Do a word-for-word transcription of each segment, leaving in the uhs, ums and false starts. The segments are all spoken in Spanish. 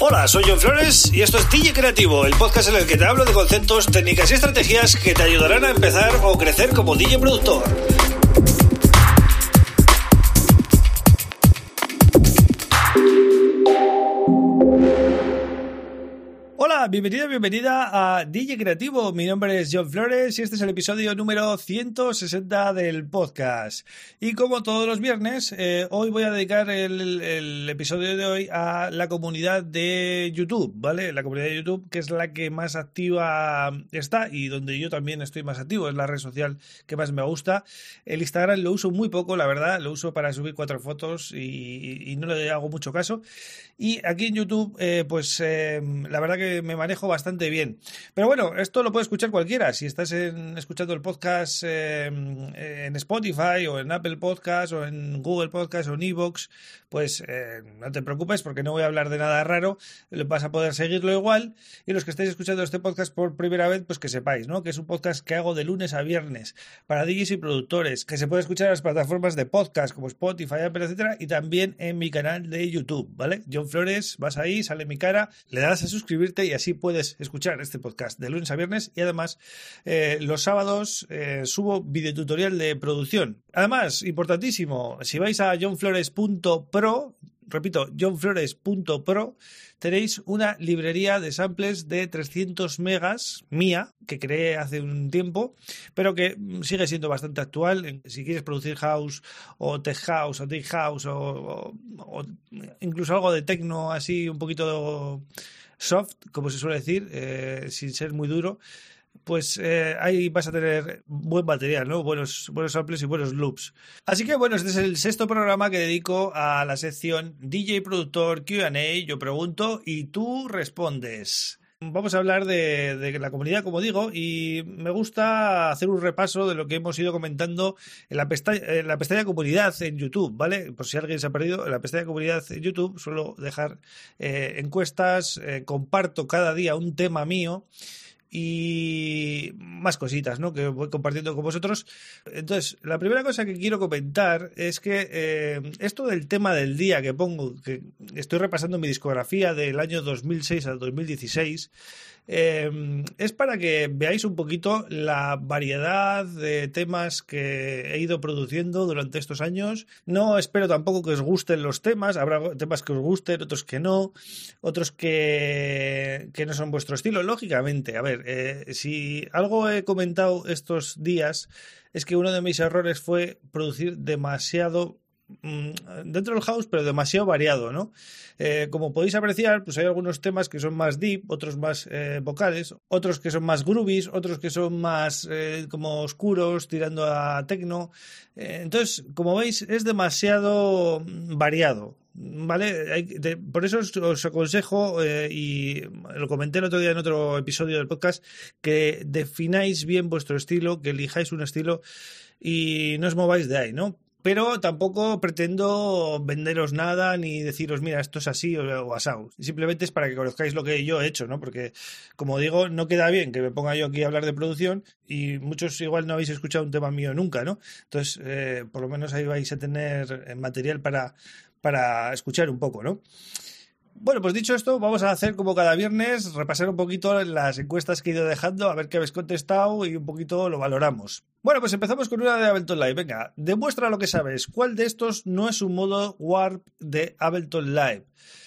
Hola, soy John Flores y esto es D J Creativo, el podcast en el que te hablo de conceptos, técnicas y estrategias que te ayudarán a empezar o crecer como D J productor. Hola, bienvenido, bienvenida a D J Creativo. Mi nombre es John Flores y este es el episodio número ciento sesenta del podcast. Y como todos los viernes, eh, hoy voy a dedicar el, el episodio de hoy a la comunidad de YouTube, ¿vale? La comunidad de YouTube, que es la que más activa está y donde yo también estoy más activo, es la red social que más me gusta. El Instagram lo uso muy poco, la verdad, lo uso para subir cuatro fotos y, y no le hago mucho caso. Y aquí en YouTube, eh, pues eh, la verdad que me manejo bastante bien. Pero bueno, esto lo puede escuchar cualquiera. Si estás en, escuchando el podcast eh, en Spotify o en Apple Podcast o en Google Podcast o en iVoox, pues eh, no te preocupes porque no voy a hablar de nada raro. Vas a poder seguirlo igual. Y los que estáis escuchando este podcast por primera vez, pues que sepáis, ¿no? Que es un podcast que hago de lunes a viernes para D Js y productores, que se puede escuchar en las plataformas de podcast como Spotify, Apple, etcétera, y también en mi canal de YouTube, ¿vale? John Flores, vas ahí, sale mi cara, le das a suscribirte y así puedes escuchar este podcast de lunes a viernes. Y además eh, los sábados eh, subo videotutorial de producción. Además, importantísimo, si vais a john flores punto pro, repito, john flores punto pro, tenéis una librería de samples de trescientos megas mía, que creé hace un tiempo, pero que sigue siendo bastante actual. Si quieres producir house o tech house o deep house o, o, o incluso algo de techno así un poquito soft, como se suele decir, eh, sin ser muy duro, pues eh, ahí vas a tener buen material, ¿no? Buenos, buenos samples y buenos loops. Así que bueno, este es el sexto programa que dedico a la sección D J Productor Q and A. Yo pregunto y tú respondes. Vamos a hablar de, de la comunidad, como digo, y me gusta hacer un repaso de lo que hemos ido comentando en la pestaña, en la pestaña comunidad en YouTube, ¿vale? Por si alguien se ha perdido, en la pestaña comunidad en YouTube suelo dejar eh, encuestas, eh, comparto cada día un tema mío y más cositas, ¿no? Que voy compartiendo con vosotros. Entonces, la primera cosa que quiero comentar es que eh, esto del tema del día que pongo, que estoy repasando mi discografía del año dos mil seis al dos mil dieciséis, eh, es para que veáis un poquito la variedad de temas que he ido produciendo durante estos años. No espero tampoco que os gusten los temas, habrá temas que os gusten, otros que no, otros que, que no son vuestro estilo, lógicamente. A ver, eh, si algo he comentado estos días es que uno de mis errores fue producir demasiado dentro del house, pero demasiado variado, ¿no? Eh, como podéis apreciar, pues hay algunos temas que son más deep, otros más eh, vocales, otros que son más groovies, otros que son más eh, como oscuros, tirando a techno. Eh, entonces, como veis, es demasiado variado, ¿vale? Hay, de, por eso os, os aconsejo, eh, y lo comenté el otro día en otro episodio del podcast, que defináis bien vuestro estilo, que elijáis un estilo y no os mováis de ahí, ¿no? Pero tampoco pretendo venderos nada ni deciros, mira, esto es así o, o asao. Simplemente es para que conozcáis lo que yo he hecho, ¿no? Porque, como digo, no queda bien que me ponga yo aquí a hablar de producción y muchos igual no habéis escuchado un tema mío nunca, ¿no? Entonces, eh, por lo menos ahí vais a tener material para, para escuchar un poco, ¿no? Bueno, pues dicho esto, vamos a hacer como cada viernes, repasar un poquito las encuestas que he ido dejando, a ver qué habéis contestado y un poquito lo valoramos. Bueno, pues empezamos con una de Ableton Live. Venga, demuestra lo que sabes. ¿Cuál de estos no es un modo Warp de Ableton Live?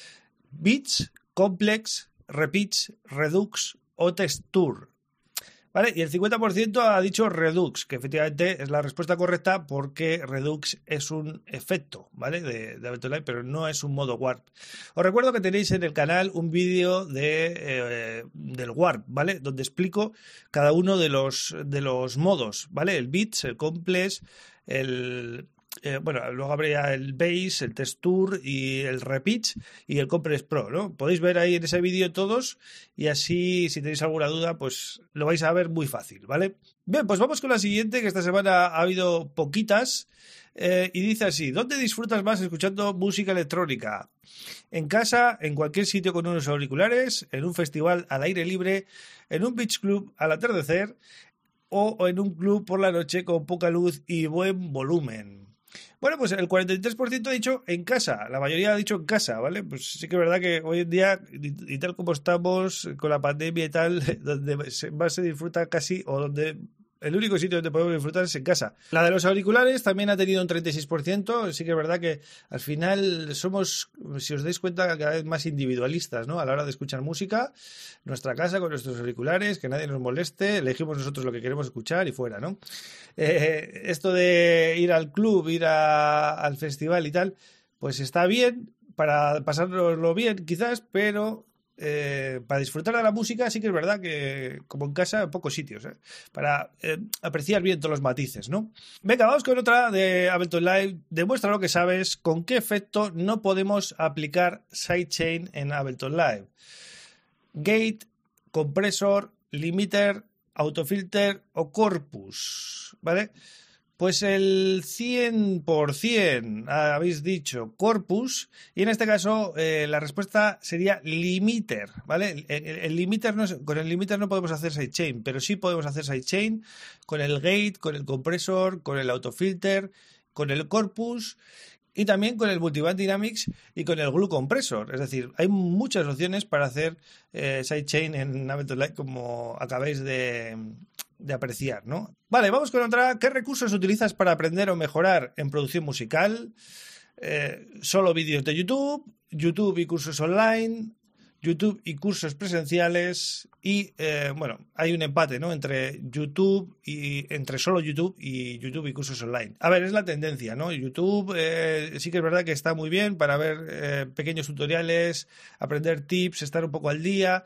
Beats, Complex, Repitch, Redux o Texture. ¿Vale? Y el cincuenta por ciento ha dicho Redux, que efectivamente es la respuesta correcta porque Redux es un efecto, ¿vale? De, de Ableton Live, pero no es un modo Warp. Os recuerdo que tenéis en el canal un vídeo de, eh, del Warp, ¿vale? Donde explico cada uno de los, de los modos, ¿vale? El Beats, el Complex, el... Eh, bueno, luego habría el Bass, el Texture y el Repitch y el Compress Pro, ¿no? Podéis ver ahí en ese vídeo todos y así, si tenéis alguna duda, pues lo vais a ver muy fácil, ¿vale? Bien, pues vamos con la siguiente, que esta semana ha habido poquitas, eh, y dice así: ¿dónde disfrutas más escuchando música electrónica? ¿En casa, en cualquier sitio con unos auriculares, en un festival al aire libre, en un beach club al atardecer o en un club por la noche con poca luz y buen volumen? Bueno, pues el cuarenta y tres por ciento ha dicho en casa, la mayoría ha dicho en casa, ¿vale? Pues sí que es verdad que hoy en día, y, y tal como estamos con la pandemia y tal, donde más se disfruta casi, o donde el único sitio donde podemos disfrutar es en casa. La de los auriculares también ha tenido un treinta y seis por ciento, sí que es verdad que al final somos, si os dais cuenta, cada vez más individualistas, ¿no? A la hora de escuchar música, nuestra casa con nuestros auriculares, que nadie nos moleste, elegimos nosotros lo que queremos escuchar y fuera, ¿no? Eh, esto de ir al club, ir a, al festival y tal, pues está bien para pasárnoslo bien quizás, pero eh, para disfrutar de la música sí que es verdad que como en casa en pocos sitios, ¿eh? Para eh, apreciar bien todos los matices, ¿no? Venga, vamos con otra de Ableton Live. Demuestra lo que sabes, con qué efecto no podemos aplicar sidechain en Ableton Live. Gate, compresor, limiter, autofilter o corpus, ¿vale? Pues el cien por ciento habéis dicho corpus y en este caso eh, la respuesta sería limiter, ¿vale? El, el, el limiter no es, con el limiter no podemos hacer sidechain, pero sí podemos hacer sidechain con el gate, con el compresor, con el autofilter, con el corpus y también con el Multiband Dynamics y con el Glue Compressor. Es decir, hay muchas opciones para hacer eh, sidechain en Ableton Live como acabáis de, de apreciar, ¿no? Vale, vamos con otra. ¿Qué recursos utilizas para aprender o mejorar en producción musical? Eh, solo vídeos de YouTube, YouTube y cursos online, YouTube y cursos presenciales y, eh, bueno, hay un empate, ¿no? Entre YouTube y entre solo YouTube y YouTube y cursos online. A ver, es la tendencia, ¿no? YouTube eh, sí que es verdad que está muy bien para ver eh, pequeños tutoriales, aprender tips, estar un poco al día.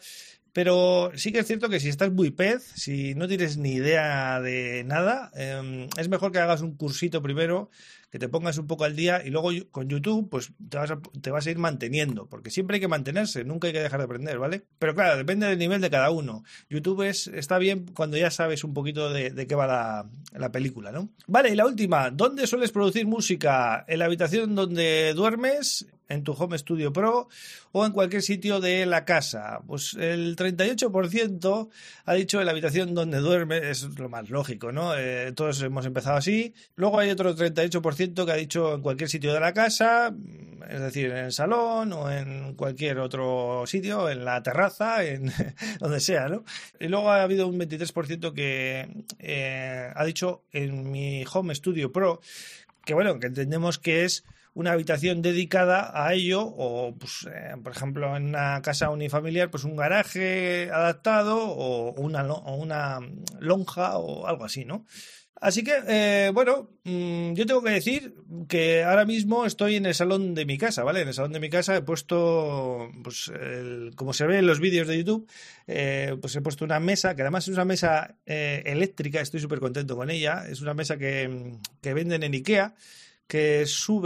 Pero sí que es cierto que si estás muy pez, si no tienes ni idea de nada, eh, es mejor que hagas un cursito primero, que te pongas un poco al día y luego con YouTube pues te vas, a, te vas a ir manteniendo, porque siempre hay que mantenerse, nunca hay que dejar de aprender, ¿vale? Pero claro, depende del nivel de cada uno. YouTube es, está bien cuando ya sabes un poquito de, de qué va la, la película, ¿no? Vale, y la última, ¿dónde sueles producir música? ¿En la habitación donde duermes? ¿En tu Home Studio Pro o en cualquier sitio de la casa? Pues el treinta y ocho por ciento ha dicho en la habitación donde duerme, es lo más lógico, ¿no? Eh, todos hemos empezado así. Luego hay otro treinta y ocho por ciento que ha dicho en cualquier sitio de la casa, es decir, en el salón o en cualquier otro sitio, en la terraza, en donde sea, ¿no? Y luego ha habido un veintitrés por ciento que eh, ha dicho en mi Home Studio Pro, que bueno, que entendemos que es una habitación dedicada a ello o, pues, eh, por ejemplo, en una casa unifamiliar, pues un garaje adaptado o una, o una lonja o algo así, ¿no? Así que, eh, bueno, mmm, yo tengo que decir que ahora mismo estoy en el salón de mi casa, ¿vale? En el salón de mi casa he puesto, pues, el, como se ve en los vídeos de YouTube, eh, pues he puesto una mesa, que además es una mesa eh, eléctrica, estoy súper contento con ella, es una mesa que, que venden en IKEA, que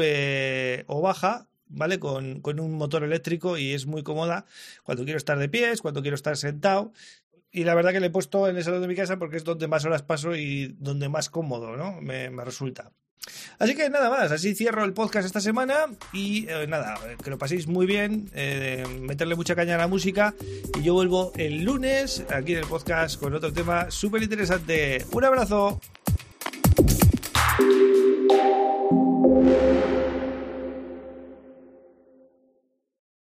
sube o baja, ¿vale? Con, con un motor eléctrico y es muy cómoda cuando quiero estar de pies, cuando quiero estar sentado. Y la verdad que le he puesto en el salón de mi casa porque es donde más horas paso y donde más cómodo, ¿no? Me, me resulta. Así que nada más, así cierro el podcast esta semana y eh, nada, que lo paséis muy bien, eh, meterle mucha caña a la música y yo vuelvo el lunes aquí en el podcast con otro tema súper interesante. ¡Un abrazo!